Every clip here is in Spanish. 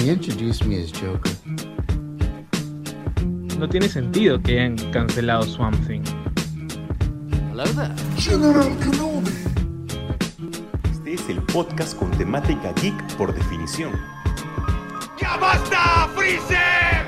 introduced me as Joker. No tiene sentido que hayan cancelado Swamp Thing. Hello there. General Kenobi. Este es el podcast con temática geek por definición. ¡Ya basta, Freezer!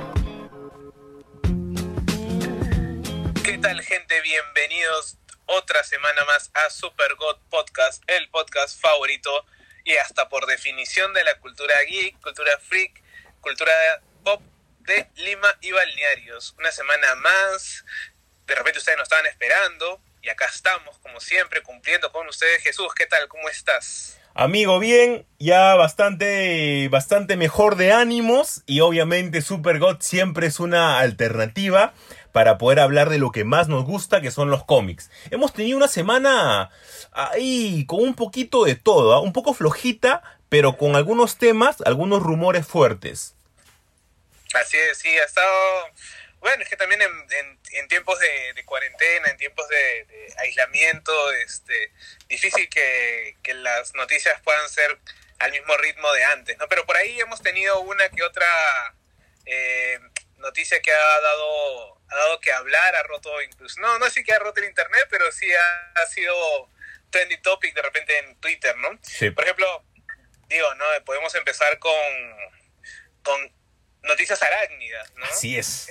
¿Qué tal, gente? Bienvenidos otra semana más a Super God Podcast, el podcast favorito y hasta por definición de la cultura geek, cultura freak, cultura pop de Lima y balnearios. Una semana más, de repente ustedes nos estaban esperando y acá estamos, como siempre, cumpliendo con ustedes. Jesús, ¿qué tal? ¿Cómo estás? Amigo, bien, ya bastante mejor de ánimos y obviamente Super God siempre es una alternativa para poder hablar de lo que más nos gusta, que son los cómics. Hemos tenido una semana ahí con un poquito de todo, un poco flojita, pero con algunos temas, algunos rumores fuertes. Así es, sí, ha estado... Bueno, es que también en tiempos de cuarentena, en tiempos de aislamiento, difícil que las noticias puedan ser al mismo ritmo de antes, ¿no? Pero por ahí hemos tenido una que otra noticia que ha dado que hablar, ha roto incluso... No sé que ha roto el internet, pero sí ha sido trending topic de repente en Twitter, ¿no? Sí. Por ejemplo, ¿no? Podemos empezar con noticias arácnidas, ¿no? Así es.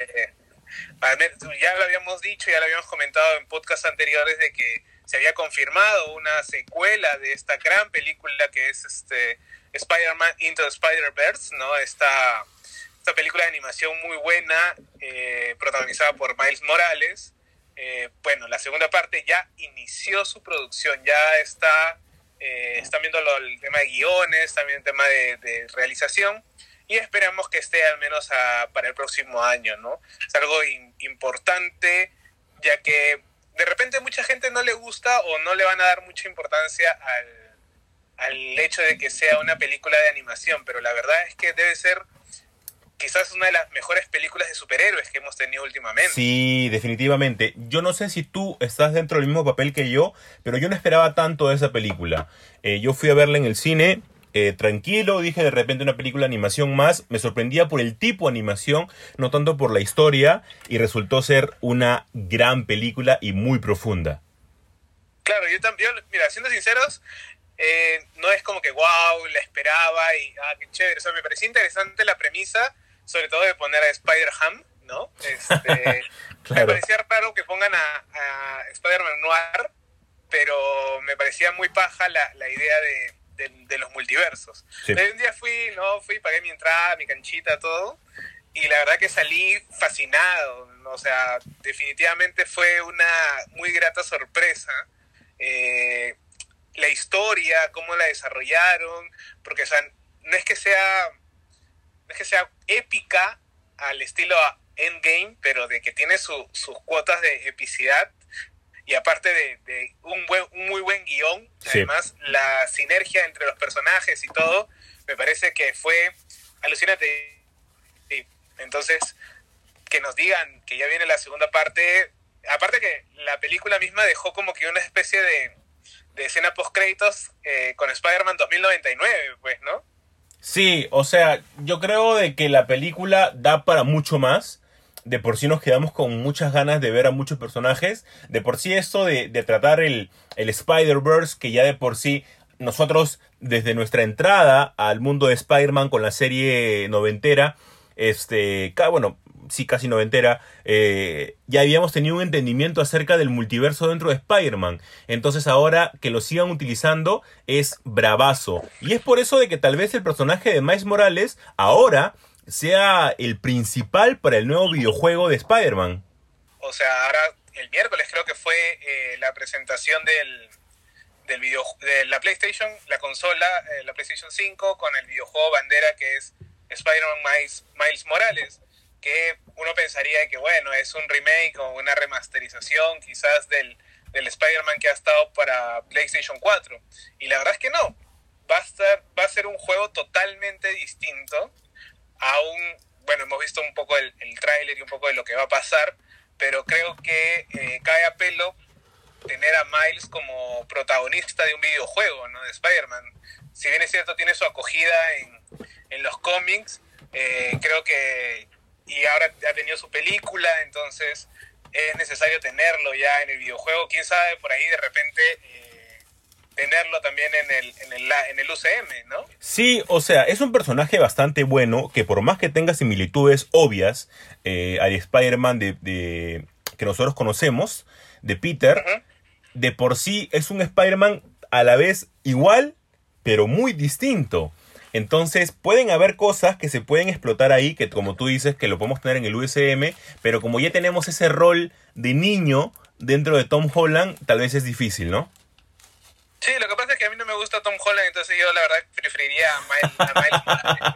Ya lo habíamos dicho, ya lo habíamos comentado en podcasts anteriores de que se había confirmado una secuela de esta gran película que es Spider-Man Into the Spider-Verse, ¿no? Esta película de animación muy buena, protagonizada por Miles Morales. Bueno, la segunda parte ya inició su producción, ya están viendo el tema de guiones, también el tema de realización. Y esperamos que esté al menos para el próximo año, ¿no? Es algo importante, ya que de repente mucha gente no le gusta o no le van a dar mucha importancia al hecho de que sea una película de animación, pero la verdad es que debe ser quizás una de las mejores películas de superhéroes que hemos tenido últimamente. Sí, definitivamente. Yo no sé si tú estás dentro del mismo papel que yo, pero yo no esperaba tanto de esa película. Yo fui a verla en el cine... tranquilo, dije de repente una película de animación más, me sorprendía por el tipo de animación, no tanto por la historia, y resultó ser una gran película y muy profunda. Claro, yo mira, siendo sinceros, no es como que wow, la esperaba y qué chévere, o sea, me parecía interesante la premisa, sobre todo de poner a Spider-Ham, ¿no? Claro. Me parecía raro que pongan a Spider-Man Noir, pero me parecía muy paja la idea de los multiversos. Sí. Un día fui, pagué mi entrada, mi canchita, todo, y la verdad que salí fascinado, ¿no? O sea, definitivamente fue una muy grata sorpresa. La historia, cómo la desarrollaron, porque, o sea, no es que sea épica al estilo Endgame, pero de que tiene sus cuotas de epicidad. Y aparte de un muy buen guión, sí. Además la sinergia entre los personajes y todo, me parece que fue alucinante. Sí. Entonces, que nos digan que ya viene la segunda parte, aparte que la película misma dejó como que una especie de escena post-créditos con Spider-Man 2099, pues, ¿no? Sí, o sea, yo creo de que la película da para mucho más. De por sí nos quedamos con muchas ganas de ver a muchos personajes. De por sí esto de tratar el Spider-Verse, que ya de por sí nosotros desde nuestra entrada al mundo de Spider-Man con la serie noventera, casi noventera, ya habíamos tenido un entendimiento acerca del multiverso dentro de Spider-Man. Entonces ahora que lo sigan utilizando es bravazo. Y es por eso de que tal vez el personaje de Miles Morales ahora sea el principal para el nuevo videojuego de Spider-Man. O sea, ahora el miércoles creo que fue la presentación de la PlayStation, la consola, la PlayStation 5 con el videojuego bandera que es Spider-Man Miles Morales, que uno pensaría que bueno, es un remake o una remasterización quizás del Spider-Man que ha estado para PlayStation 4. Y la verdad es que no, va a ser un juego totalmente distinto. Bueno, hemos visto un poco el tráiler y un poco de lo que va a pasar, pero creo que cae a pelo tener a Miles como protagonista de un videojuego, ¿no? De Spider-Man. Si bien es cierto, tiene su acogida en los cómics. Creo que, y ahora ha tenido su película, entonces es necesario tenerlo ya en el videojuego. Quién sabe, por ahí de repente tenerlo también en el UCM, ¿no? Sí, o sea, es un personaje bastante bueno que por más que tenga similitudes obvias al Spider-Man de que nosotros conocemos, de Peter, de por sí es un Spider-Man a la vez igual, pero muy distinto. Entonces pueden haber cosas que se pueden explotar ahí, que como tú dices, que lo podemos tener en el USM, pero como ya tenemos ese rol de niño dentro de Tom Holland, tal vez es difícil, ¿no? Sí, lo que pasa es que a mí no me gusta Tom Holland, entonces yo la verdad preferiría a Miles Morales.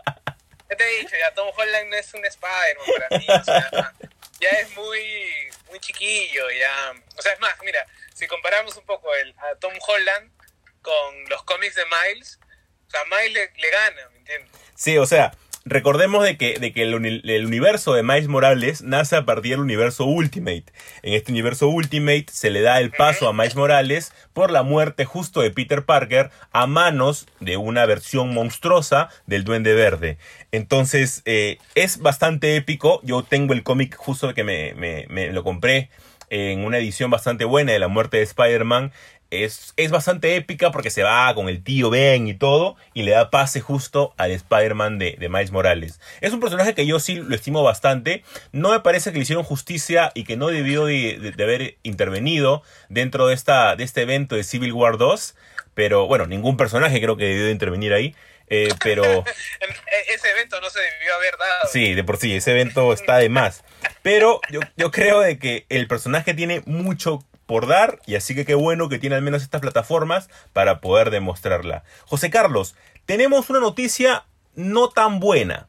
Ya te he dicho, ya Tom Holland no es un Spider-Man para mí, o sea, ya es muy chiquillo, ya. O sea, es más, mira, si comparamos un poco a Tom Holland con los cómics de Miles, o sea, Miles le gana, ¿me entiendes? Sí, o sea, recordemos de que el universo de Miles Morales nace a partir del universo Ultimate. En este universo Ultimate se le da el paso a Miles Morales por la muerte justo de Peter Parker a manos de una versión monstruosa del Duende Verde. Entonces, es bastante épico. Yo tengo el cómic justo que me lo compré en una edición bastante buena de la muerte de Spider-Man. Es bastante épica porque se va con el tío Ben y todo y le da pase justo al Spider-Man de Miles Morales. Es un personaje que yo sí lo estimo bastante. No me parece que le hicieron justicia y que no debió de haber intervenido dentro de este evento de Civil War 2. Pero bueno, ningún personaje creo que debió de intervenir ahí. Pero ese evento no se debió haber dado. Sí, de por sí, ese evento está de más. Pero yo creo de que el personaje tiene mucho por dar, y así que qué bueno que tiene al menos estas plataformas para poder demostrarla. José Carlos, tenemos una noticia no tan buena.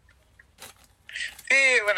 Sí, bueno,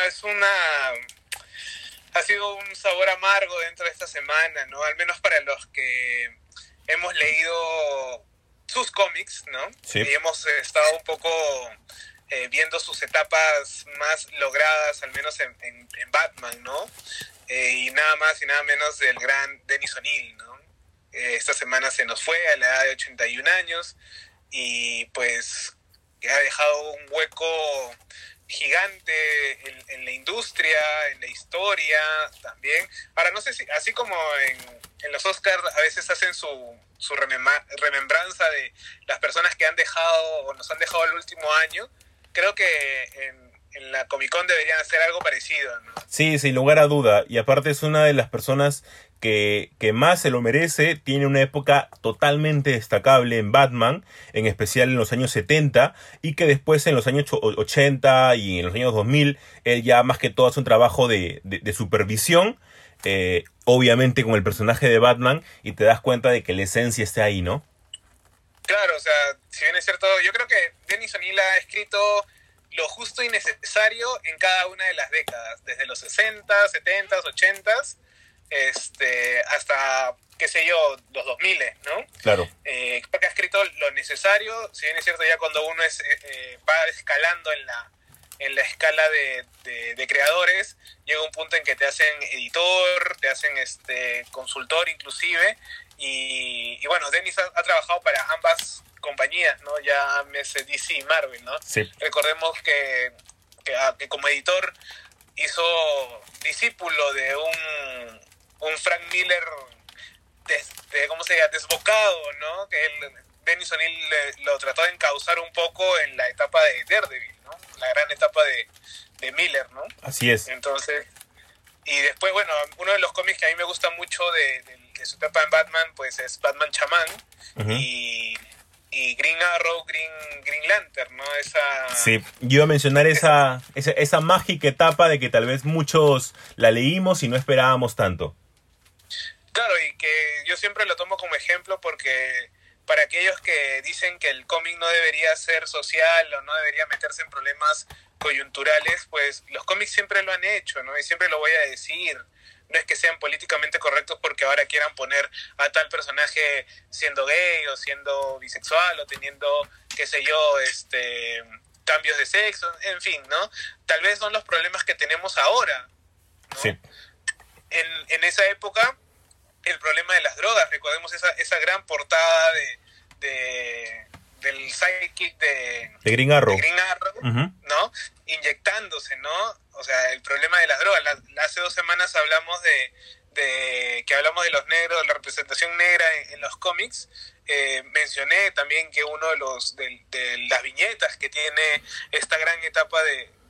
ha sido un sabor amargo dentro de esta semana, ¿no? Al menos para los que hemos leído sus cómics, ¿no? Sí. Y hemos estado un poco viendo sus etapas más logradas, al menos en Batman, ¿no? Y nada más y nada menos del gran Dennis O'Neil, ¿no? Esta semana se nos fue a la edad de 81 años y pues ha dejado un hueco gigante en la industria, en la historia también. Ahora, no sé si, así como en los Oscars a veces hacen su remembranza de las personas que han dejado o nos han dejado el último año, creo que en la Comic Con deberían hacer algo parecido, ¿no? Sí, sin lugar a duda. Y aparte es una de las personas que más se lo merece. Tiene una época totalmente destacable en Batman, en especial en los años 70, y que después en los años 80 y en los años 2000, él ya más que todo hace un trabajo de supervisión, obviamente con el personaje de Batman, y te das cuenta de que la esencia está ahí, ¿no? Claro, o sea, si bien es cierto, yo creo que Dennis O'Neil ha escrito lo justo y necesario en cada una de las décadas, desde los 60, 70, 80, hasta, qué sé yo, los 2000, ¿no? Claro. Creo que ha escrito lo necesario, si bien es cierto, ya cuando uno va escalando en la escala de creadores, llega un punto en que te hacen editor, te hacen consultor inclusive, y bueno, Dennis ha trabajado para ambas compañías, ¿no? Ya DC y Marvel, ¿no? Sí. Recordemos que como editor hizo discípulo de un Frank Miller ¿cómo se llama? Desbocado, ¿no? Que Dennis O'Neil lo trató de encauzar un poco en la etapa de Daredevil, ¿no? La gran etapa de Miller, ¿no? Así es. Entonces, y después, bueno, uno de los cómics que a mí me gusta mucho de su etapa en Batman, pues es Batman Chamán. Uh-huh. Y Green Arrow, Green Lantern, ¿no? Sí, yo iba a mencionar esa mágica etapa de que tal vez muchos la leímos y no esperábamos tanto. Claro, y que yo siempre lo tomo como ejemplo porque para aquellos que dicen que el cómic no debería ser social o no debería meterse en problemas coyunturales, pues los cómics siempre lo han hecho, ¿no? Y siempre lo voy a decir. No es que sean políticamente correctos porque ahora quieran poner a tal personaje siendo gay o siendo bisexual o teniendo, qué sé yo, cambios de sexo, en fin, ¿no? Tal vez son los problemas que tenemos ahora, ¿no? Sí. En esa época, el problema de las drogas, recordemos esa gran portada del sidekick de Green Arrow, uh-huh, ¿no? Inyectándose, ¿no? O sea, el problema de las drogas. Hace 2 semanas hablamos que hablamos de los negros, de la representación negra en los cómics. Mencioné también que uno de las viñetas que tiene esta gran etapa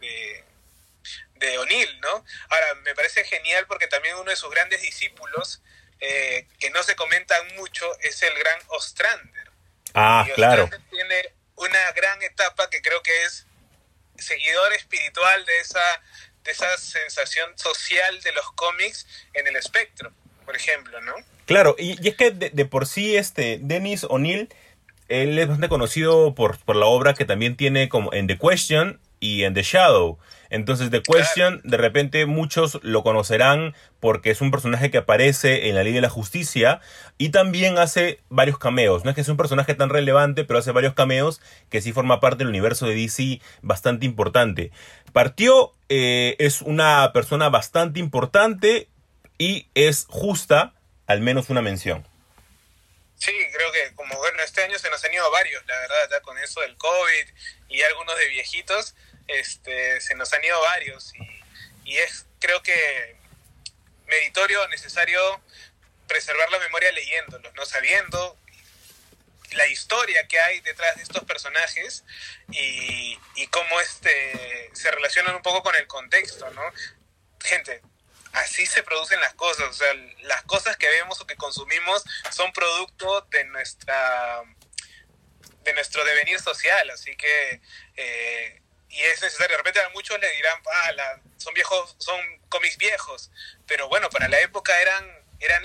de O'Neill, ¿no? Ahora, me parece genial porque también uno de sus grandes discípulos, que no se comentan mucho, es el gran Ostrander. Ah, claro. Ostrander tiene una gran etapa que creo que es seguidor espiritual de esa sensación social de los cómics en el espectro, por ejemplo, ¿no? Claro, y es que de por sí Dennis O'Neill, él es bastante conocido por la obra que también tiene como en The Question y en The Shadow. Entonces The Question, de repente muchos lo conocerán porque es un personaje que aparece en la Liga de la Justicia y también hace varios cameos. No es que sea un personaje tan relevante, pero hace varios cameos que sí forma parte del universo de DC bastante importante. Partió, es una persona bastante importante y es justa al menos una mención. Sí, creo que como bueno, este año se nos han ido varios, la verdad, ya con eso del COVID y algunos de viejitos, se nos han ido varios y es, creo que meritorio, necesario preservar la memoria leyéndolos, ¿no? Sabiendo la historia que hay detrás de estos personajes y cómo se relacionan un poco con el contexto, ¿no? Gente, así se producen las cosas, o sea, las cosas que vemos o que consumimos son producto de nuestro devenir social, así que y es necesario. De repente a muchos le dirán, son viejos, son cómics viejos, pero bueno, para la época eran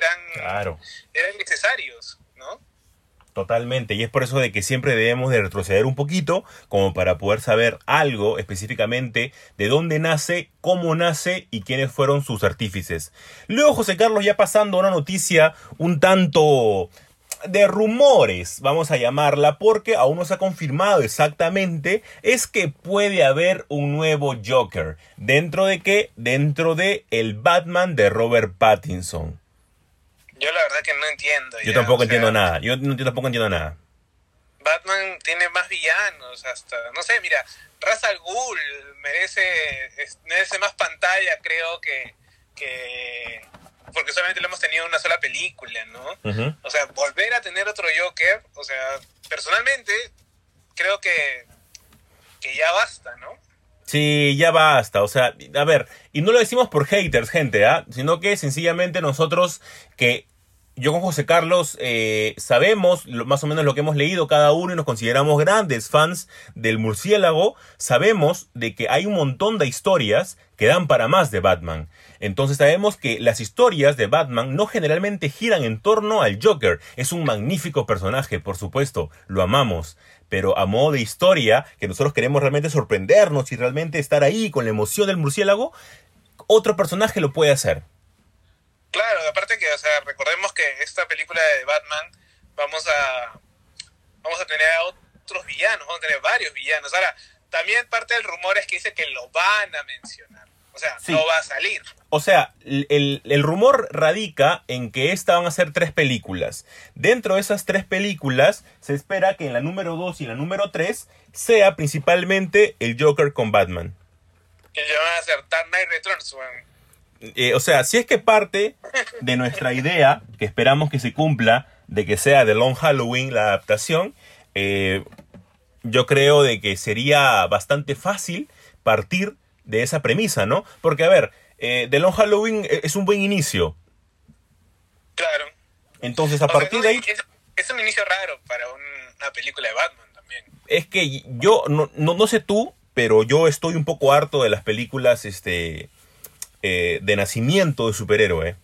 necesarios, ¿no? Totalmente, y es por eso de que siempre debemos de retroceder un poquito como para poder saber algo específicamente de dónde nace, cómo nace y quiénes fueron sus artífices. Luego, José Carlos, ya pasando a una noticia un tanto de rumores, vamos a llamarla, porque aún no se ha confirmado exactamente, es que puede haber un nuevo Joker. ¿Dentro de qué? Dentro de el Batman de Robert Pattinson. Yo la verdad que no entiendo. Yo tampoco entiendo nada. Yo tampoco entiendo nada. Batman tiene más villanos hasta... No sé, mira, Ra's al Ghul merece más pantalla, creo que... Porque solamente lo hemos tenido en una sola película, ¿no? Uh-huh. O sea, volver a tener otro Joker, o sea, personalmente creo que ya basta, ¿no? Sí, ya basta, o sea, a ver, y no lo decimos por haters, gente, sino que sencillamente nosotros que yo con José Carlos sabemos más o menos lo que hemos leído cada uno y nos consideramos grandes fans del murciélago, sabemos de que hay un montón de historias que dan para más de Batman. Entonces sabemos que las historias de Batman no generalmente giran en torno al Joker. Es un magnífico personaje, por supuesto, lo amamos. Pero a modo de historia, que nosotros queremos realmente sorprendernos y realmente estar ahí con la emoción del murciélago, otro personaje lo puede hacer. Claro, aparte que, o sea, recordemos que esta película de Batman vamos a tener a otros villanos, vamos a tener varios villanos. Ahora, también parte del rumor es que dice que lo van a mencionar. O sea, sí, no va a salir. O sea, el rumor radica en que van a ser 3 películas. Dentro de esas 3 películas, se espera que en la número 2 y en la número 3 sea principalmente el Joker con Batman. Que ya van a ser Dark Knight Returns, o sea, si es que parte de nuestra idea, que esperamos que se cumpla, de que sea The Long Halloween la adaptación, yo creo de que sería bastante fácil partir de esa premisa, ¿no? Porque, a ver, The Long Halloween es un buen inicio. Claro. Entonces, a partir de ahí... Es un inicio raro para una película de Batman también. Es que yo, no sé tú, pero yo estoy un poco harto de las películas de nacimiento de superhéroe.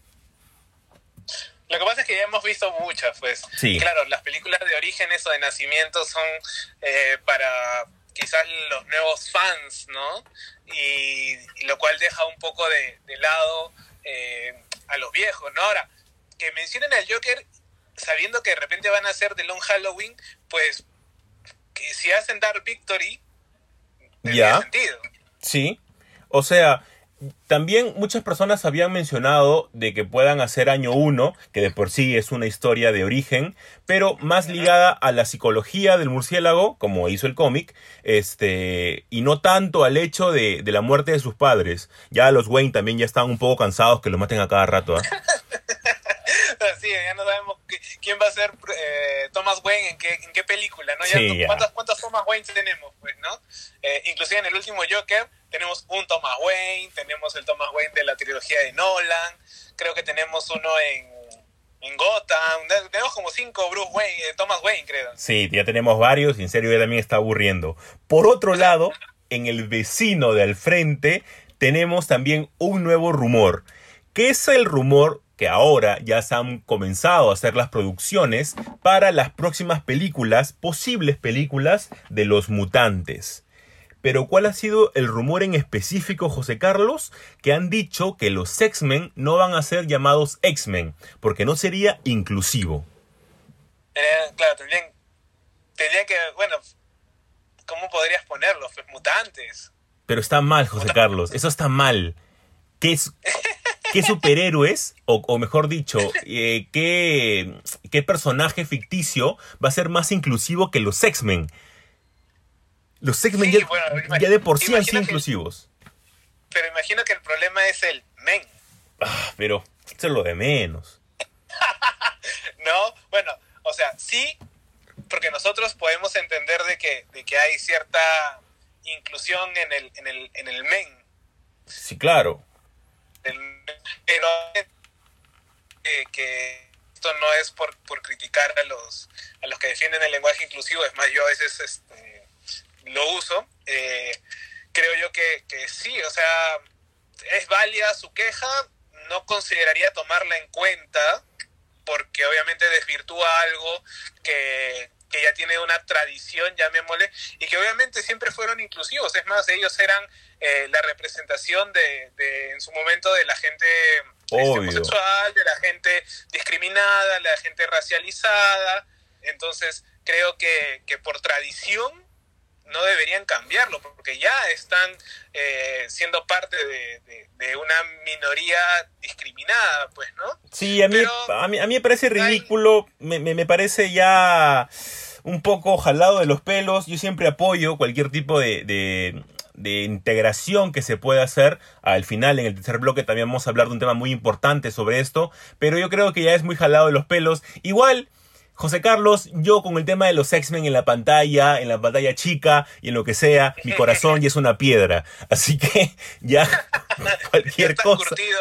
Lo que pasa es que ya hemos visto muchas, pues. Sí. Claro, las películas de orígenes o de nacimiento son para quizás los nuevos fans, ¿no? Y lo cual deja un poco de lado a los viejos, ¿no? Ahora, que mencionen al Joker sabiendo que de repente van a hacer The Long Halloween, pues que si hacen Dark Victory, ya tiene sentido. Sí, o sea, también muchas personas habían mencionado de que puedan hacer Año 1, que de por sí es una historia de origen, pero más ligada a la psicología del murciélago, como hizo el cómic, y no tanto al hecho de la muerte de sus padres. Ya los Wayne también ya están un poco cansados que los maten a cada rato, ¿eh? Sí, ya no sabemos quién va a ser Thomas Wayne en qué película, ¿no? Sí, ya. ¿Cuántos Thomas Wayne tenemos, pues, ¿no? Inclusive en el último Joker tenemos un Thomas Wayne, tenemos el Thomas Wayne de la trilogía de Nolan, creo que tenemos uno en Gotham, tenemos como 5 Bruce Wayne, Thomas Wayne, creo. Sí, ya tenemos varios y en serio ya también está aburriendo. Por otro lado, en el vecino de al frente tenemos también un nuevo rumor. ¿Qué es el rumor? Que ahora ya se han comenzado a hacer las producciones para las próximas películas, posibles películas de los mutantes. Pero ¿cuál ha sido el rumor en específico, José Carlos? Que han dicho que los X-Men no van a ser llamados X-Men, porque no sería inclusivo. Claro, tendrían que, bueno, ¿cómo podrías ponerlos? Pues mutantes. Pero está mal, José Carlos, eso está mal. ¿Qué superhéroes, o mejor dicho, qué personaje ficticio va a ser más inclusivo que los X-Men? Los X-Men Sí, ya, bueno, ya de por sí han imagino sido que- inclusivos. Pero imagino que el problema es el men, Pero eso es lo de menos. ¿no? Bueno, o sea, sí, porque nosotros podemos entender de que hay cierta inclusión en el men, Sí, claro. pero que esto no es por criticar a los que defienden el lenguaje inclusivo, es más, yo a veces lo uso. Creo yo que sí, o sea, es válida su queja, no consideraría tomarla en cuenta, porque obviamente desvirtúa algo que ya tiene una tradición, llamémosle, y que obviamente siempre fueron inclusivos. Es más, ellos eran la representación en su momento de la gente homosexual, de la gente discriminada, la gente racializada. Entonces creo que por tradición no deberían cambiarlo, porque ya están siendo parte de una minoría discriminada, pues, ¿no? Sí, a mí me parece ridículo, me parece ya un poco jalado de los pelos. Yo siempre apoyo cualquier tipo de integración que se pueda hacer. Al final, en el tercer bloque, también vamos a hablar de un tema muy importante sobre esto, pero yo creo que ya es muy jalado de los pelos. Igual, José Carlos, yo con el tema de los X-Men en la pantalla chica y en lo que sea, mi corazón ya es una piedra. Así que ya cualquier Estás cosa. curtido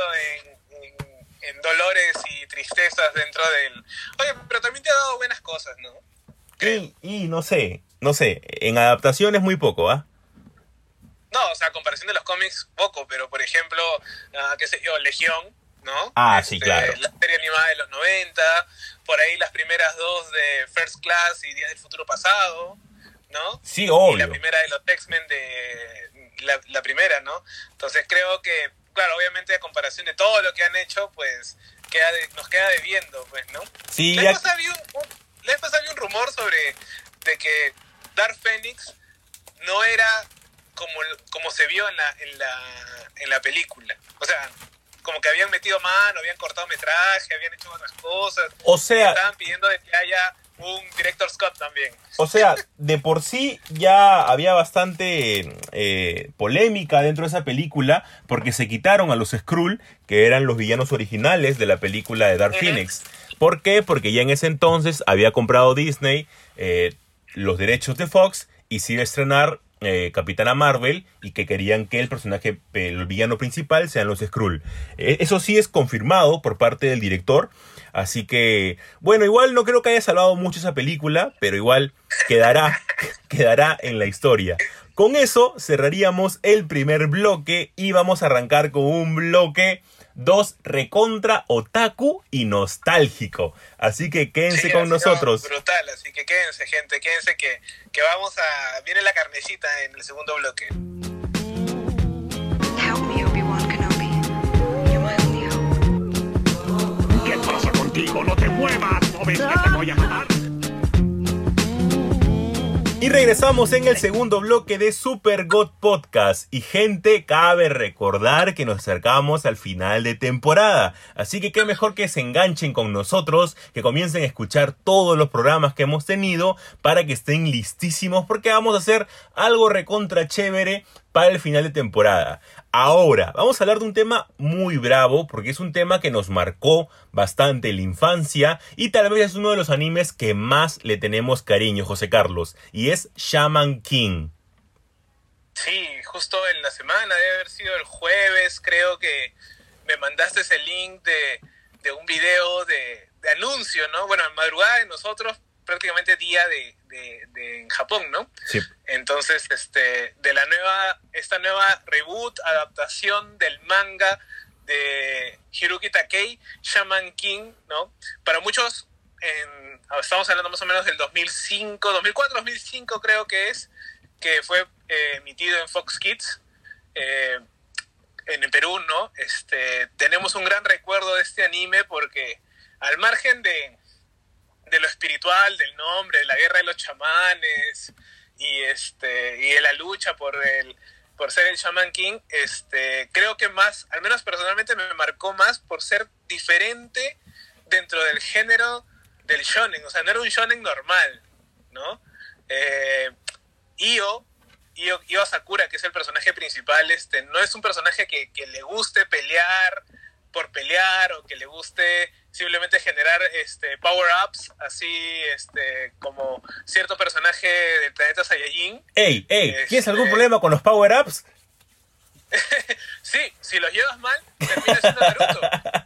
en dolores y tristezas dentro del... Oye, pero también te ha dado buenas cosas, ¿no? Y no sé, en adaptaciones muy poco, ¿ah? No, o sea, a comparación de los cómics, poco, pero por ejemplo, qué sé yo, Legión, ¿no? Sí, claro. La serie animada de los 90, por ahí las primeras 2 de First Class y Días del Futuro Pasado, ¿no? Sí, obvio. Y la primera de los X-Men de la primera, ¿no? Entonces creo que, claro, obviamente a comparación de todo lo que han hecho, pues nos queda debiendo, pues, ¿no? Sí, La ya... vez pasada había un rumor sobre de que Dark Phoenix no era como se vio en la película. O sea, como que habían metido mano, habían cortado metraje, habían hecho otras cosas. O sea, estaban pidiendo de que haya un director Scott también. O sea, de por sí ya había bastante polémica dentro de esa película, porque se quitaron a los Skrull, que eran los villanos originales de la película de Dark Phoenix. ¿Por qué? Porque ya en ese entonces había comprado Disney los derechos de Fox y se iba a estrenar Capitana Marvel, y que querían que el personaje, el villano principal, sean los Skrull. Eso sí es confirmado por parte del director. Así que, bueno, igual no creo que haya salvado mucho esa película, pero igual quedará en la historia. Con eso cerraríamos el primer bloque y vamos a arrancar con un bloque 2 recontra otaku y nostálgico. Así que quédense con nosotros. Brutal, así que quédense, gente, quédense que viene la carnecita en el segundo bloque. Help me, Obi-Wan Kenobi. You're my only hope. ¿Qué pasa contigo? ¡No te muevas! ¿No ves que te voy a matar? Y regresamos en el segundo bloque de Super God Podcast. Y gente, cabe recordar que nos acercamos al final de temporada. Así que qué mejor que se enganchen con nosotros, que comiencen a escuchar todos los programas que hemos tenido para que estén listísimos, porque vamos a hacer algo recontra chévere para el final de temporada. Ahora, vamos a hablar de un tema muy bravo, porque es un tema que nos marcó bastante en la infancia y tal vez es uno de los animes que más le tenemos cariño, José Carlos, y es Shaman King. Sí, justo en la semana, debe haber sido el jueves, creo que me mandaste ese link de un video de anuncio, ¿no? Bueno, en madrugada de nosotros, prácticamente día de en Japón, ¿no? Sí. Entonces, de esta nueva reboot, adaptación del manga de Hiroki Takei, Shaman King, ¿no? Para muchos, estamos hablando más o menos del 2005, 2004, 2005 creo que fue emitido en Fox Kids, en Perú, ¿no? Tenemos un gran recuerdo de este anime porque al margen de lo espiritual, del nombre, de la guerra de los chamanes y de la lucha por ser el Shaman King, creo que más, al menos personalmente me marcó más por ser diferente dentro del género del shonen. O sea, no era un shonen normal, ¿no? Io Sakura, que es el personaje principal, no es un personaje que le guste pelear por pelear o que le guste simplemente generar power-ups, así como cierto personaje del planeta Saiyajin. ¡Ey! ¿Tienes algún problema con los power-ups? Sí, si los llevas mal, termina siendo Naruto.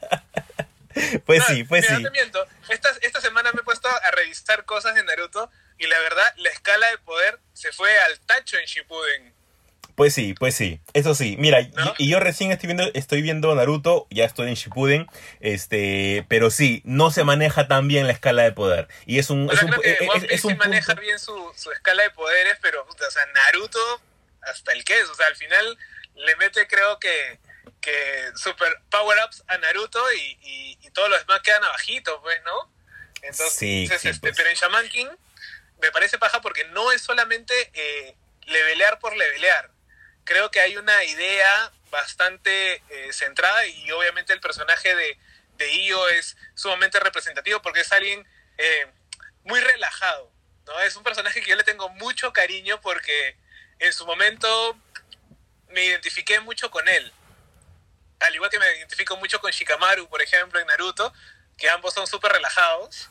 Pues No, sí. No te miento, esta semana me he puesto a revisar cosas de Naruto y la verdad, la escala de poder se fue al tacho en Shippuden. Pues sí, eso sí. Mira, ¿no? y yo recién estoy viendo Naruto, ya estoy en Shippuden, pero sí, no se maneja tan bien la escala de poder. Y es un Creo que One Piece sí maneja punto. bien su escala de poderes, pero, o sea, Naruto hasta el queso. O sea, al final le mete, creo que super power-ups a Naruto y todos los demás quedan abajito, pues, ¿no? Entonces, sí, pues. Pero en Shaman King me parece paja porque no es solamente levelear por levelear. Creo que hay una idea bastante centrada y obviamente el personaje de Io es sumamente representativo porque es alguien muy relajado, ¿no? Es un personaje que yo le tengo mucho cariño porque en su momento me identifiqué mucho con él. Al igual que me identifico mucho con Shikamaru, por ejemplo, en Naruto, que ambos son súper relajados.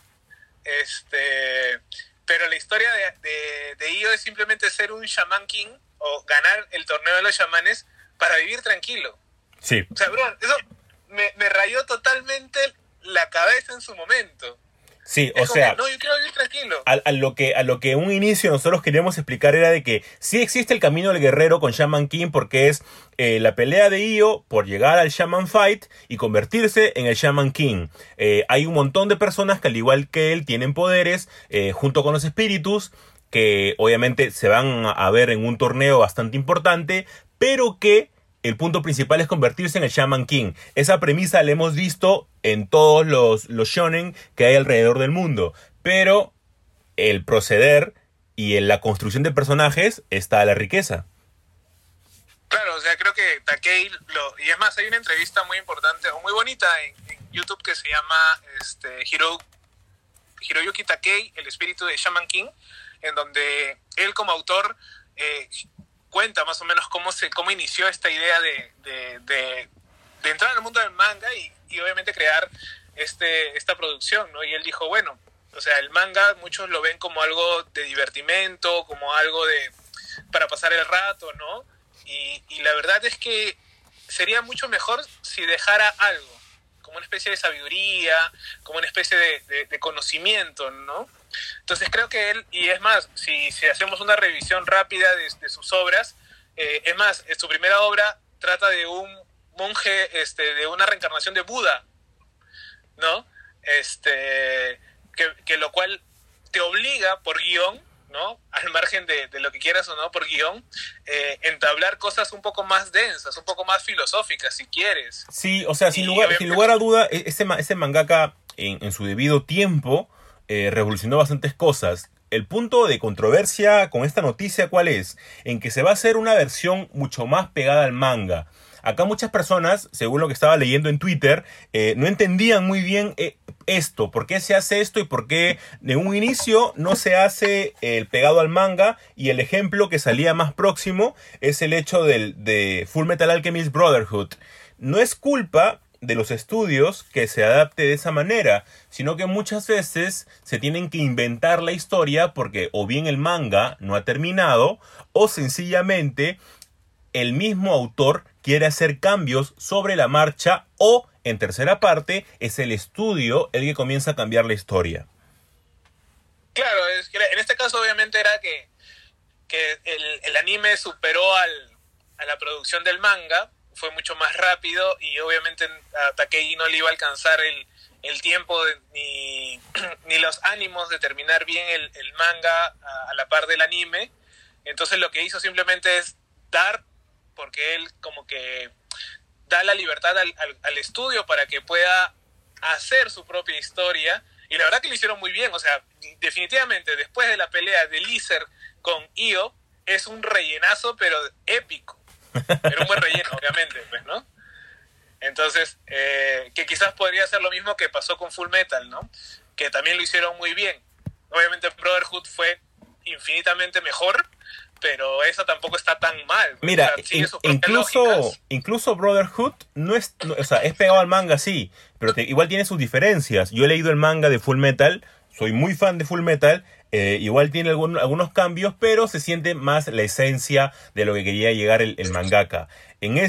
Pero la historia de Io es simplemente ser un Shaman King o ganar el torneo de los chamanes para vivir tranquilo. Sí. O sea, bro, eso me rayó totalmente la cabeza en su momento. Sí, Es o sea, no, yo quiero vivir tranquilo. a lo que en un inicio nosotros queríamos explicar era de que sí existe el camino del guerrero con Shaman King porque es la pelea de Io por llegar al Shaman Fight y convertirse en el Shaman King. Hay un montón de personas que al igual que él tienen poderes junto con los espíritus que obviamente se van a ver en un torneo bastante importante, pero que el punto principal es convertirse en el Shaman King. Esa premisa la hemos visto en todos los shonen que hay alrededor del mundo. Pero el proceder y en la construcción de personajes está la riqueza. Claro, o sea, creo que Takei, y es más, hay una entrevista muy importante o muy bonita en YouTube que se llama Hiroyuki Takei, el espíritu de Shaman King, en donde él como autor cuenta más o menos cómo inició esta idea de entrar al mundo del manga y obviamente crear esta producción, ¿no? Y él dijo, bueno, o sea, el manga muchos lo ven como algo de divertimento, como algo para pasar el rato, ¿no? Y la verdad es que sería mucho mejor si dejara algo, como una especie de sabiduría, como una especie de conocimiento, ¿no? Entonces creo que él, y es más, si hacemos una revisión rápida de sus obras, es más, su primera obra trata de un monje, de una reencarnación de Buda, ¿no? Que lo cual te obliga por guión, ¿no? Al margen de lo que quieras o no por guión, entablar cosas un poco más densas, un poco más filosóficas, si quieres. Sí, o sea, sin lugar a duda, ese mangaka en su debido tiempo revolucionó bastantes cosas. el punto de controversia con esta noticia, ¿cuál es? En que se va a hacer una versión mucho más pegada al manga. Acá muchas personas, según lo que estaba leyendo en Twitter, no entendían muy bien esto. ¿Por qué se hace esto y por qué de un inicio no se hace el pegado al manga? Y el ejemplo que salía más próximo es el hecho de Full Metal Alchemist Brotherhood. No es culpa de los estudios que se adapte de esa manera, sino que muchas veces se tienen que inventar la historia porque o bien el manga no ha terminado o sencillamente el mismo autor quiere hacer cambios sobre la marcha o, en tercera parte, es el estudio el que comienza a cambiar la historia. Claro, es que en este caso obviamente era que el anime superó a la producción del manga, fue mucho más rápido y obviamente a Takei no le iba a alcanzar el tiempo ni los ánimos de terminar bien el manga a la par del anime. Entonces lo que hizo simplemente es porque él como que da la libertad al estudio para que pueda hacer su propia historia, y la verdad que lo hicieron muy bien. O sea, definitivamente después de la pelea de Lizer con Io es un rellenazo pero épico, pero un buen relleno obviamente, pues, ¿no? Entonces que quizás podría ser lo mismo que pasó con Full Metal, ¿no? Que también lo hicieron muy bien. Obviamente Brotherhood fue infinitamente mejor, pero eso tampoco está tan mal. Mira, o sea, incluso Brotherhood es pegado al manga, sí, pero igual tiene sus diferencias. Yo he leído el manga de Full Metal, soy muy fan de Full Metal, igual tiene algunos cambios, pero se siente más la esencia de lo que quería llegar el mangaka. En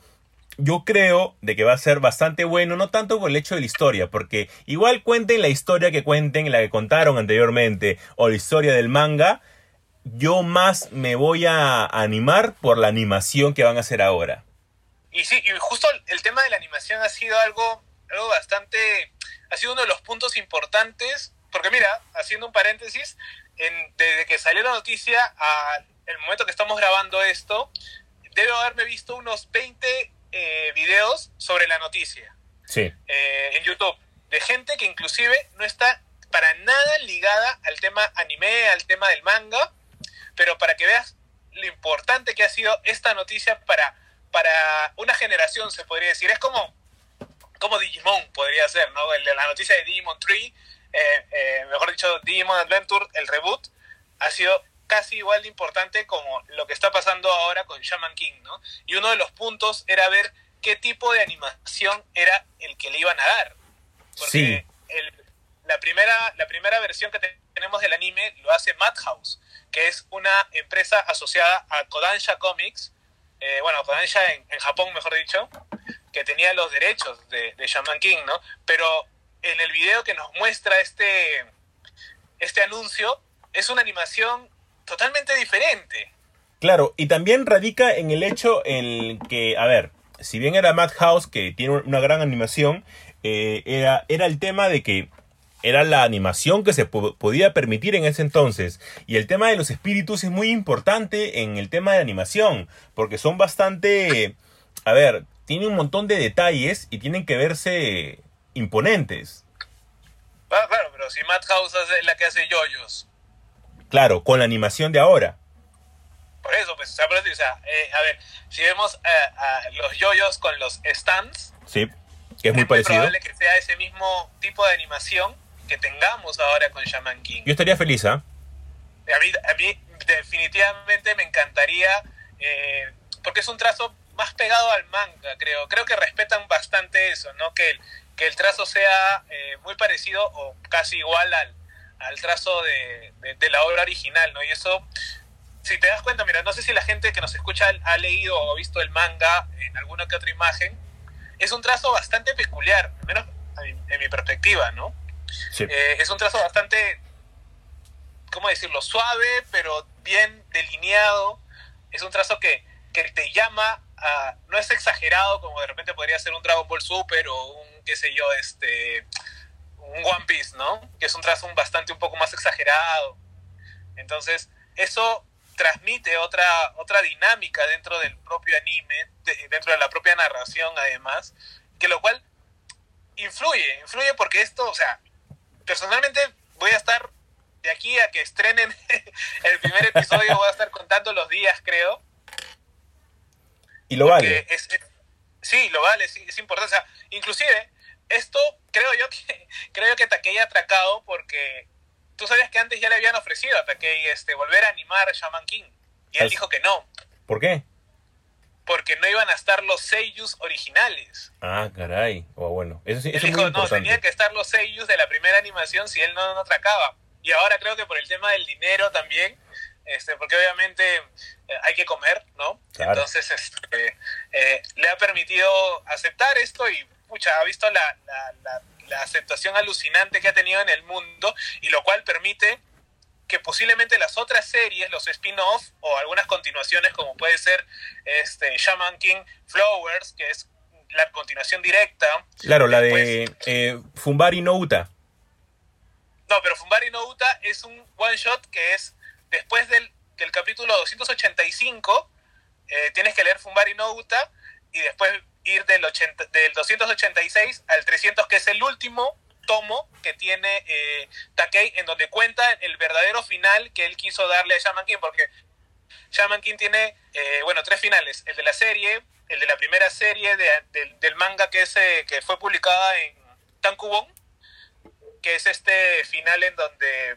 yo creo de que va a ser bastante bueno, no tanto por el hecho de la historia, porque igual cuenten la historia que cuenten, la que contaron anteriormente, o la historia del manga, yo más me voy a animar por la animación que van a hacer ahora. Y sí, y justo el tema de la animación ha sido algo bastante, ha sido uno de los puntos importantes, porque mira, haciendo un paréntesis, desde que salió la noticia a el momento que estamos grabando esto, debo haberme visto unos 20 videos sobre la noticia. Sí. En YouTube, de gente que inclusive no está para nada ligada al tema anime, al tema del manga, pero para que veas lo importante que ha sido esta noticia para una generación, se podría decir. Es como Digimon podría ser, ¿no? La noticia de Digimon 3, mejor dicho, Digimon Adventure, el reboot, ha sido casi igual de importante como lo que está pasando ahora con Shaman King, ¿no? Y uno de los puntos era ver qué tipo de animación era el que le iban a dar. Porque sí. La primera versión que tenemos del anime lo hace Madhouse, que es una empresa asociada a Kodansha Comics, Kodansha en Japón, mejor dicho, que tenía los derechos de Shaman King, ¿no? Pero en el video que nos muestra este anuncio, es una animación totalmente diferente. Claro, y también radica en el hecho en que, a ver, si bien era Madhouse, que tiene una gran animación, era el tema de que era la animación que se podía permitir en ese entonces. Y el tema de los espíritus es muy importante en el tema de animación, porque son bastante... A ver, tienen un montón de detalles y tienen que verse imponentes. Claro, pero si Madhouse es la que hace yoyos. Claro, con la animación de ahora. Por eso, pues, a ver, si vemos a los yoyos con los stands... Sí, que es muy parecido. Es probable que sea ese mismo tipo de animación que tengamos ahora con Shaman King. Yo estaría feliz, ¿ah? A mí definitivamente me encantaría, porque es un trazo más pegado al manga, creo. Creo que respetan bastante eso, ¿no? Que el trazo sea muy parecido o casi igual al trazo de la obra original, ¿no? Y eso, si te das cuenta, mira, no sé si la gente que nos escucha ha leído o visto el manga en alguna que otra imagen, es un trazo bastante peculiar, al menos en mi perspectiva, ¿no? Sí. Es un trazo bastante, ¿cómo decirlo? Suave, pero bien delineado. Es un trazo que te llama a... No es exagerado como de repente podría ser un Dragon Ball Super o un, qué sé yo, un One Piece, ¿no? Que es un trazo bastante un poco más exagerado. Entonces, eso transmite otra dinámica dentro del propio anime, dentro de la propia narración además, que lo cual influye porque esto, o sea, personalmente voy a estar de de aquí a que estrenen el primer episodio voy a estar contando los días, creo. Y lo vale. Sí, lo vale, sí, es importante. O sea, inclusive, esto creo yo que Takei ha atracado porque tú sabías que antes ya le habían ofrecido a Takei volver a animar Shaman King. Y él dijo que no. ¿Por qué? Porque no iban a estar los seiyus originales. Ah, caray. Bueno, eso sí, él eso es dijo, muy importante. no, tenían que estar los seiyus de la primera animación si él no atracaba. Y ahora creo que por el tema del dinero también, porque obviamente hay que comer, ¿no? Claro. Entonces le ha permitido aceptar esto y pucha, ha visto la aceptación alucinante que ha tenido en el mundo, y lo cual permite que posiblemente las otras series, los spin-off o algunas continuaciones, como puede ser Shaman King Flowers, que es la continuación directa. Claro, la después, de Fumbari no Uta. No, pero Fumbari no Uta es un one shot que es después del capítulo 285, tienes que leer Fumbari no Uta y después ir del 286 al 300, que es el último tomo que tiene Takei, en donde cuenta el verdadero final que él quiso darle a Shaman King, porque Shaman King tiene, 3 finales: el de la serie, el de la primera serie del manga que fue publicada en Tankubon, que es este final en donde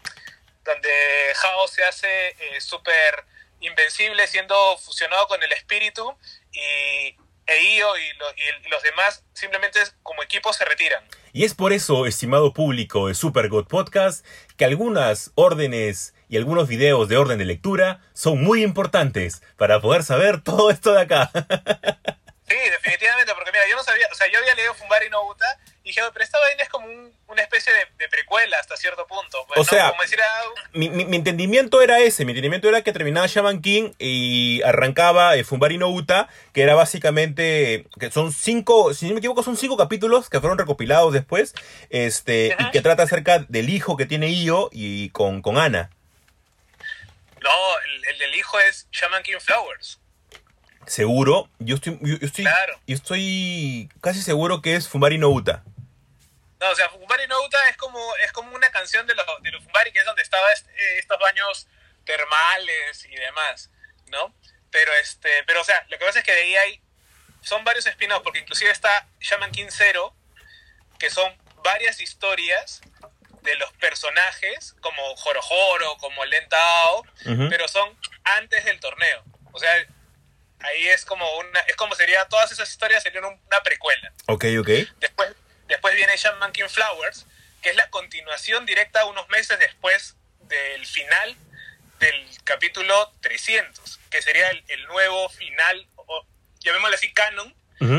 Hao se hace súper invencible siendo fusionado con el espíritu, e Io y los demás simplemente como equipo se retiran. Y es por eso, estimado público de Super God Podcast, que algunas órdenes y algunos videos de orden de lectura son muy importantes para poder saber todo esto de acá. Sí, definitivamente, porque mira, yo no sabía, o sea, yo había leído Fumbari no Uta y dije, pero esta vaina es como una especie de precuela hasta cierto punto. Pues, o sea, como decir, mi entendimiento era ese, mi entendimiento era que terminaba Shaman King y arrancaba Fumbari no Uta, que era básicamente, que son 5, si no me equivoco, son 5 capítulos que fueron recopilados después, y que trata acerca del hijo que tiene Io y con Ana. No, el del hijo es Shaman King Flowers. ¿Seguro? Claro. Yo estoy casi seguro que es Fumbari no Uta. No, o sea, Fumbari no Uta es como una canción de los Fumbari, que es donde estaban estos baños termales y demás, ¿no? Pero o sea, lo que pasa es que de ahí son varios spin-offs, porque inclusive está Shaman King Zero, que son varias historias de los personajes, como Joro, como Len Tao, pero son antes del torneo. O sea, ahí es como sería, todas esas historias serían una precuela. Ok. Después viene Shaman King Flowers, que es la continuación directa unos meses después del final del capítulo 300, que sería el nuevo final, o llamémosle así, canon,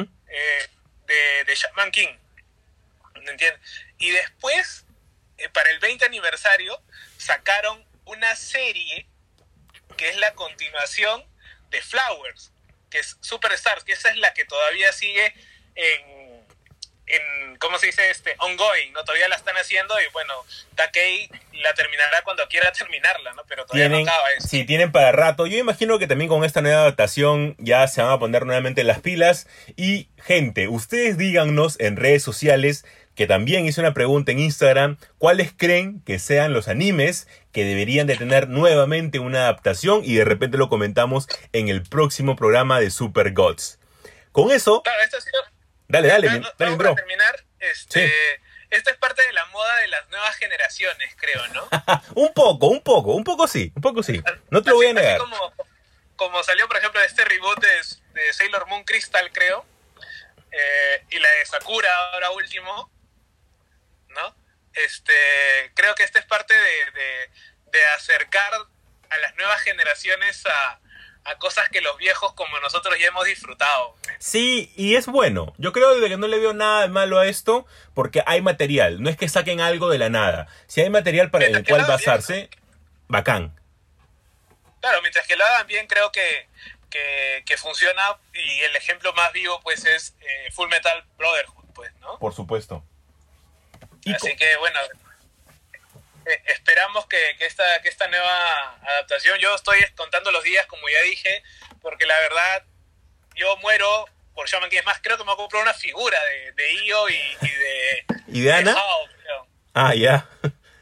de Shaman King. ¿Me entiendes? Y después, para el 20 aniversario, sacaron una serie que es la continuación de Flowers, que es Superstars, que esa es la que todavía sigue en ¿cómo se dice? Ongoing, ¿no? Todavía la están haciendo y bueno, Takei la terminará cuando quiera terminarla, ¿no? Pero todavía no acaba eso. Sí, tienen para rato. Yo imagino que también con esta nueva adaptación ya se van a poner nuevamente las pilas. Y, gente, ustedes díganos en redes sociales, que también hice una pregunta en Instagram, ¿cuáles creen que sean los animes que deberían de tener nuevamente una adaptación? Y de repente lo comentamos en el próximo programa de Super Gods. Con eso... Claro, esto ha sido... Dale, bro. Para terminar, sí. Esto es parte de la moda de las nuevas generaciones, creo, ¿no? un poco sí. No te lo voy a negar. Así como salió, por ejemplo, este reboot de Sailor Moon Crystal, creo, y la de Sakura ahora último, ¿no? Creo que esta es parte de acercar a las nuevas generaciones a cosas que los viejos como nosotros ya hemos disfrutado. Sí, y es bueno. Yo creo que no le veo nada de malo a esto, porque hay material. No es que saquen algo de la nada. Si hay material para el cual basarse, bien, bacán. Claro, mientras que lo hagan bien, creo que funciona, y el ejemplo más vivo pues es Full Metal Brotherhood, pues, ¿no? Por supuesto. Así que bueno, esperamos que esta nueva adaptación, yo estoy contando los días, como ya dije, porque la verdad yo muero por Shaman King. Es más, creo que me voy a comprar una figura de Io y de Ana. Hao, creo. Ah, ya.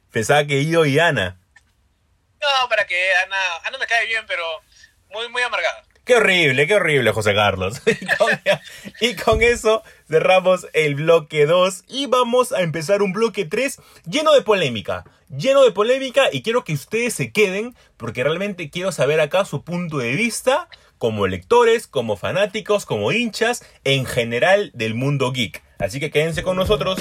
Pensaba que Ido y Ana. No, para que Ana me cae bien, pero muy, muy amargada. Qué horrible, José Carlos. Y con eso cerramos el bloque 2 y vamos a empezar un bloque 3 lleno de polémica. Y quiero que ustedes se queden porque realmente quiero saber acá su punto de vista como lectores, como fanáticos, como hinchas, en general del mundo geek. Así que quédense con nosotros.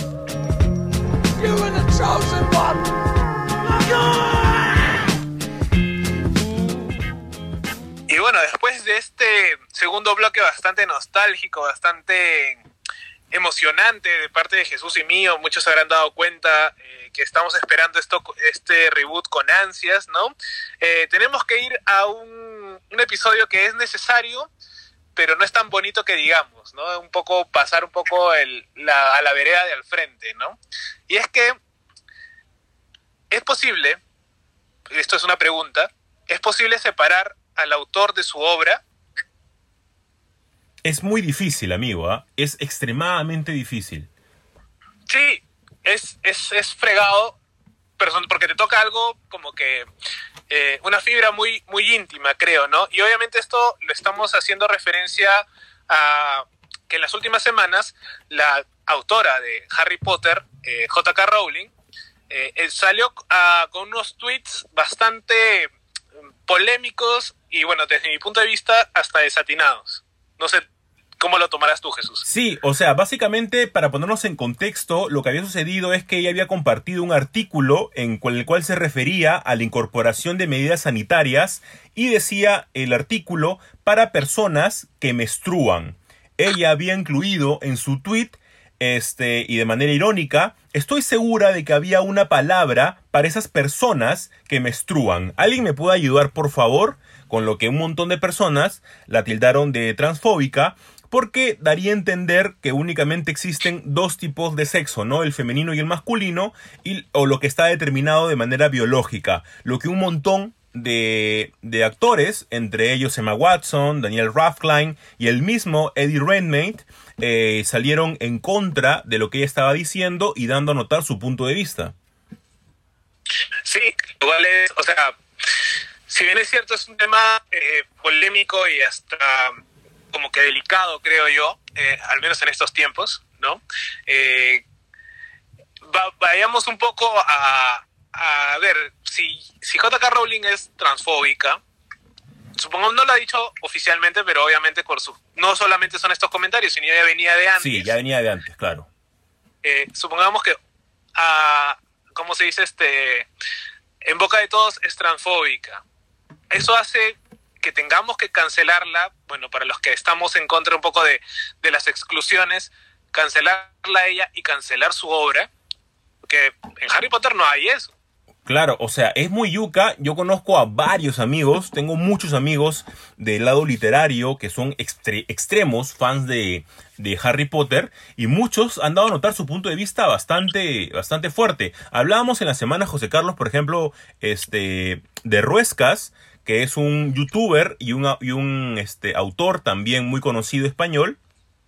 Y bueno, después de este segundo bloque bastante nostálgico, bastante emocionante de parte de Jesús y mío, muchos se habrán dado cuenta que estamos esperando este reboot con ansias, ¿no? Tenemos que ir a un episodio que es necesario, pero no es tan bonito que digamos, ¿no? Pasar un poco a la vereda de al frente, ¿no? Y es que es posible, esto es una pregunta, ¿es posible separar al autor de su obra? Es muy difícil, amigo, ¿eh? Es extremadamente difícil. Sí, es fregado, porque te toca algo como que una fibra muy, muy íntima, creo, ¿no? Y obviamente esto lo estamos haciendo referencia a que en las últimas semanas la autora de Harry Potter, J.K. Rowling, salió con unos tweets bastante polémicos y, bueno, desde mi punto de vista, hasta desatinados. No sé cómo lo tomarás tú, Jesús. Sí, o sea, básicamente, para ponernos en contexto, lo que había sucedido es que ella había compartido un artículo en el cual se refería a la incorporación de medidas sanitarias y decía el artículo para personas que menstruan. Ella había incluido en su tweet, y de manera irónica, estoy segura de que había una palabra para esas personas que menstruan. ¿Alguien me puede ayudar, por favor? Con lo que un montón de personas la tildaron de transfóbica, porque daría a entender que únicamente existen dos tipos de sexo, ¿no? El femenino y el masculino, o lo que está determinado de manera biológica. Lo que un montón de actores, entre ellos Emma Watson, Daniel Radcliffe y el mismo Eddie Redmayne, salieron en contra de lo que ella estaba diciendo y dando a notar su punto de vista. Sí, igual es, o sea, si bien es cierto, es un tema polémico y hasta como que delicado, creo yo, al menos en estos tiempos, ¿no? Vayamos un poco a ver, si J.K. Rowling es transfóbica, supongo no lo ha dicho oficialmente, pero obviamente no solamente son estos comentarios, sino ya venía de antes. Sí, ya venía de antes, claro. Supongamos que, ¿cómo se dice? En boca de todos es transfóbica. Eso hace que tengamos que cancelarla, bueno, para los que estamos en contra un poco de las exclusiones, cancelarla a ella y cancelar su obra, porque en Harry Potter no hay eso. Claro, o sea, es muy yuca. Yo conozco a varios amigos, tengo muchos amigos del lado literario que son extremos fans de Harry Potter, y muchos han dado a notar su punto de vista bastante fuerte. Hablábamos en la semana, José Carlos, por ejemplo, de Ruescas, que es un youtuber y un autor también muy conocido español,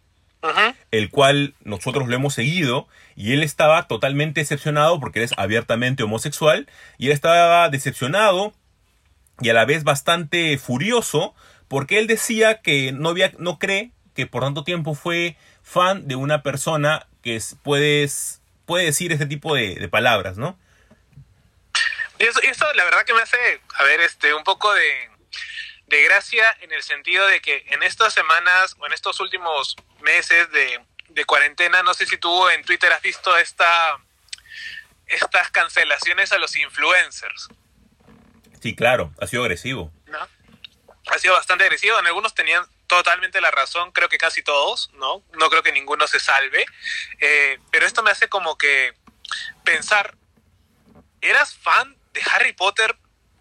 el cual nosotros lo hemos seguido, y él estaba totalmente decepcionado porque él es abiertamente homosexual, y él estaba decepcionado y a la vez bastante furioso porque él decía que no cree que por tanto tiempo fue fan de una persona que puede decir este tipo de palabras, ¿no? Y eso la verdad que me hace, un poco de gracia, en el sentido de que en estas semanas o en estos últimos meses de cuarentena, no sé si tú en Twitter has visto estas cancelaciones a los influencers. Sí, claro, ha sido agresivo. ¿No? Ha sido bastante agresivo. En algunos tenían totalmente la razón, creo que casi todos, ¿no? No creo que ninguno se salve. Pero esto me hace como que pensar, ¿eras fan de Harry Potter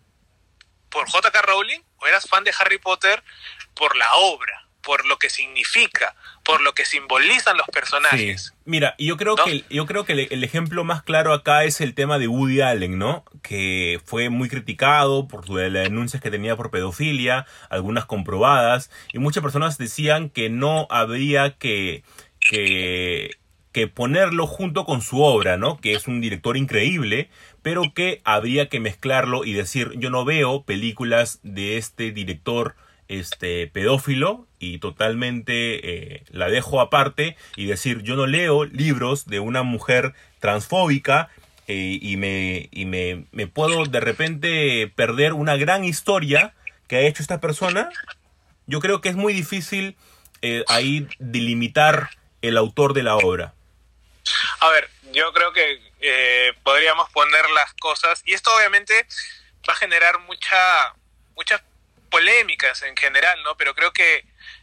por J.K. Rowling o eras fan de Harry Potter por la obra, por lo que significa, por lo que simbolizan los personajes? Sí. Mira, yo creo que el ejemplo más claro acá es el tema de Woody Allen, ¿no? Que fue muy criticado por las denuncias que tenía por pedofilia, algunas comprobadas, y muchas personas decían que no habría que que ponerlo junto con su obra, ¿no? Que es un director increíble, pero que habría que mezclarlo y decir, yo no veo películas de este director pedófilo y totalmente la dejo aparte, y decir, yo no leo libros de una mujer transfóbica y me puedo de repente perder una gran historia que ha hecho esta persona. Yo creo que es muy difícil ahí delimitar el autor de la obra. A ver, yo creo que podríamos poner las cosas, y esto obviamente va a generar muchas polémicas en general, ¿no? Pero creo que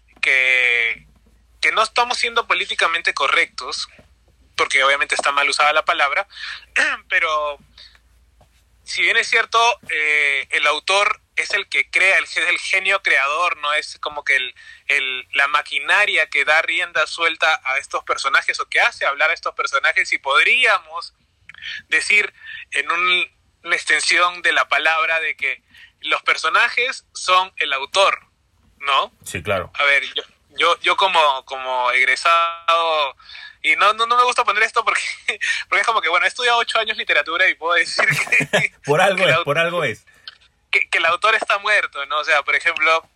no estamos siendo políticamente correctos, porque obviamente está mal usada la palabra, pero si bien es cierto, el autor es el que crea, es el genio creador, no es como que la maquinaria que da rienda suelta a estos personajes o que hace hablar a estos personajes, y podríamos decir en una extensión de la palabra de que los personajes son el autor, ¿no? Sí, claro. A ver, yo como egresado, y no me gusta poner esto porque es como que, bueno, he estudiado 8 años literatura y puedo decir que por algo es. Que el autor está muerto, ¿no? O sea, por ejemplo,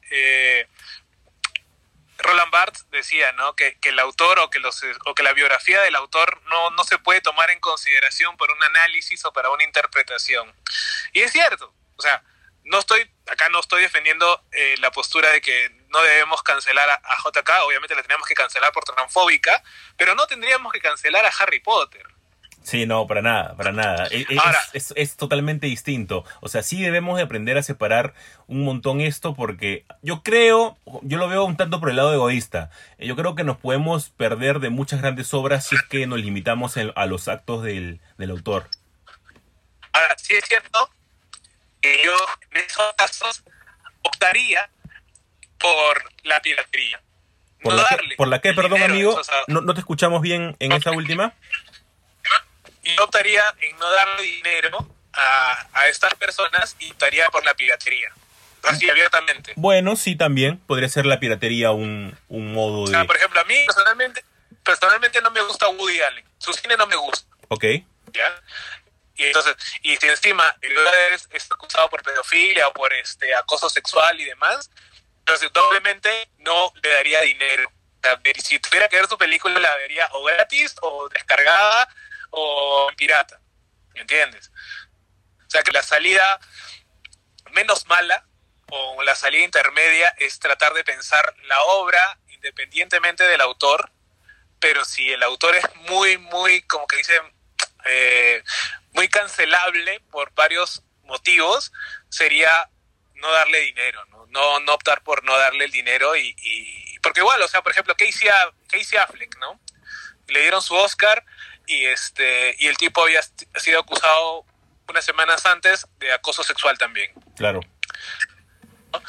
Roland Barthes decía, ¿no? Que el autor o que la biografía del autor no se puede tomar en consideración por un análisis o para una interpretación. Y es cierto, o sea, no estoy defendiendo la postura de que no debemos cancelar a JK, obviamente la tenemos que cancelar por transfóbica, pero no tendríamos que cancelar a Harry Potter. Sí, no, para nada. Ahora, es totalmente distinto. O sea, sí debemos de aprender a separar un montón esto, porque yo lo veo un tanto por el lado egoísta. Yo creo que nos podemos perder de muchas grandes obras si es que nos limitamos a los actos del autor. Ahora, sí es cierto que yo en esos casos optaría por la piratería. ¿Por la qué, perdón, amigo? No te escuchamos bien en esa última. Yo optaría en no darle dinero a estas personas y optaría por la piratería. Así, abiertamente. Bueno, sí, también podría ser la piratería un modo de... O sea, por ejemplo, a mí personalmente no me gusta Woody Allen. Su cine no me gusta. Ok. ¿Ya? Y entonces, y si encima el es acusado por pedofilia o por acoso sexual y demás, entonces doblemente no le daría dinero. O sea, si tuviera que ver su película, la vería o gratis o descargada o pirata, ¿me entiendes? O sea que la salida menos mala o la salida intermedia es tratar de pensar la obra independientemente del autor, pero si el autor es muy, como que dicen, muy cancelable por varios motivos, sería no darle dinero, no optar por no darle el dinero y porque igual, o sea, por ejemplo, Casey Affleck, ¿no? Le dieron su Oscar y el tipo había sido acusado unas semanas antes de acoso sexual también. Claro. ¿No?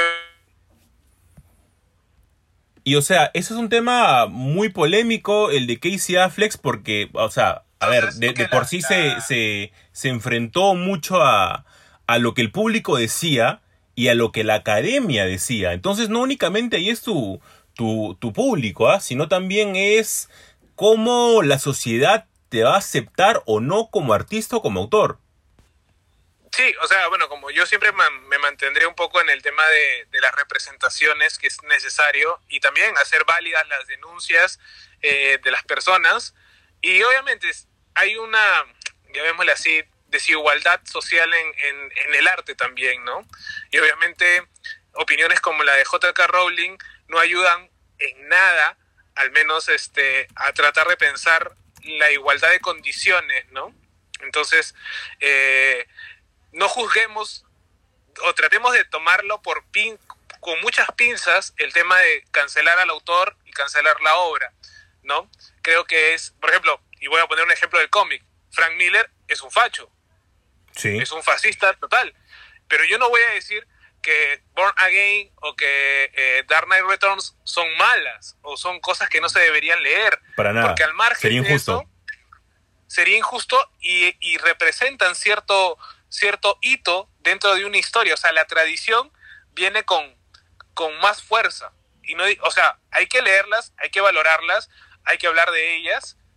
Y o sea, ese es un tema muy polémico, el de Casey Affleck, porque, o sea, a ver, de por sí se enfrentó mucho a lo que el público decía y a lo que la academia decía. Entonces no únicamente ahí es tu público, sino también es cómo la sociedad te va a aceptar o no como artista o como autor. Sí, o sea, bueno, como yo siempre me mantendré un poco en el tema de las representaciones que es necesario y también hacer válidas las denuncias de las personas. Y obviamente hay una, llamémosle así, desigualdad social en el arte también, ¿no? Y obviamente opiniones como la de J.K. Rowling no ayudan en nada, al menos a tratar de pensar la igualdad de condiciones, ¿no? Entonces, no juzguemos o tratemos de tomarlo con muchas pinzas el tema de cancelar al autor y cancelar la obra, ¿no? Creo que es, por ejemplo, y voy a poner un ejemplo del cómic, Frank Miller es un facho, sí, es un fascista total, pero yo no voy a decir que Born Again o que Dark Knight Returns son malas o son cosas que no se deberían leer. Para nada. Porque al margen sería injusto. de eso, sería injusto y representan cierto hito dentro de una historia. O sea, la tradición viene con más fuerza. Y no, o sea, hay que leerlas, hay que valorarlas, hay que hablar de ellas,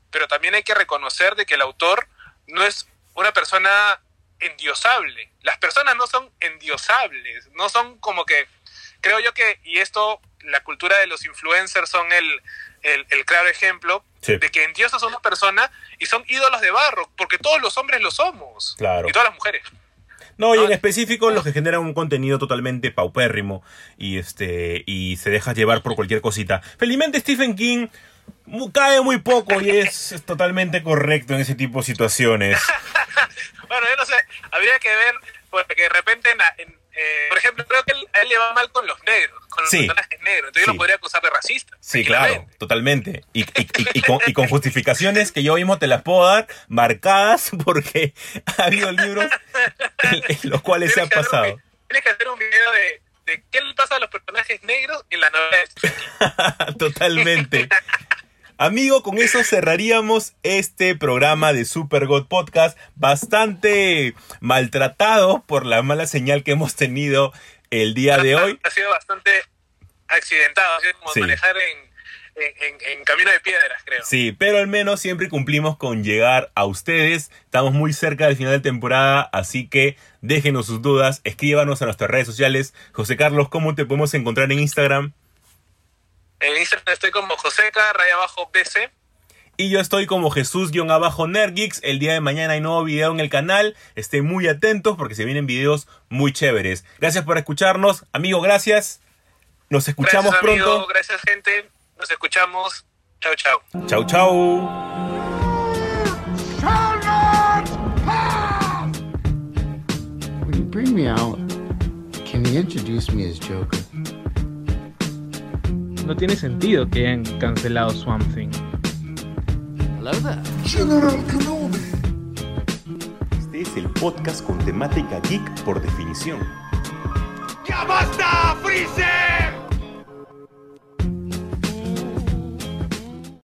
pero también hay que reconocer de que el autor no es una persona endiosable. Las personas no son endiosables, no son como que, creo yo que, y esto, la cultura de los influencers son el claro ejemplo, sí, de que endiosas a una persona y son ídolos de barro, porque todos los hombres lo somos, claro, y todas las mujeres. No, y en específico los que generan un contenido totalmente paupérrimo y se deja llevar por cualquier cosita. Felizmente Stephen King cae muy poco y es totalmente correcto en ese tipo de situaciones. Bueno, yo no sé, habría que ver, porque de repente, por ejemplo, creo que a él le va mal con los negros, con los personajes negros, entonces yo lo podría acusar de racista. Sí, claro, totalmente. Y con justificaciones que yo mismo te las puedo dar, marcadas, porque ha habido libros en los cuales se ha pasado. Tienes que hacer un video de qué le pasa a los personajes negros en la novela. Totalmente. Amigo, con eso cerraríamos este programa de Super God Podcast, bastante maltratado por la mala señal que hemos tenido el día de hoy. Ha sido bastante accidentado, ha sido como manejar en camino de piedras, creo. Sí, pero al menos siempre cumplimos con llegar a ustedes. Estamos muy cerca del final de temporada, así que déjenos sus dudas, escríbanos a nuestras redes sociales. José Carlos, ¿cómo te podemos encontrar en Instagram? En Instagram estoy como Joseca_BC. Y yo estoy como Jesús_Nergeeks. El día de mañana hay nuevo video en el canal. Estén muy atentos porque se vienen videos muy chéveres. Gracias por escucharnos. Amigo, gracias. Nos escuchamos gracias, pronto. Amigo, gracias, gente. Nos escuchamos. Chau, chau. Chau, chau. When you bring me out, can you introduce me as Joker? No tiene sentido que hayan cancelado Swamp Thing. Hello there. Este es el podcast con temática geek por definición. ¡Ya basta, Freezer!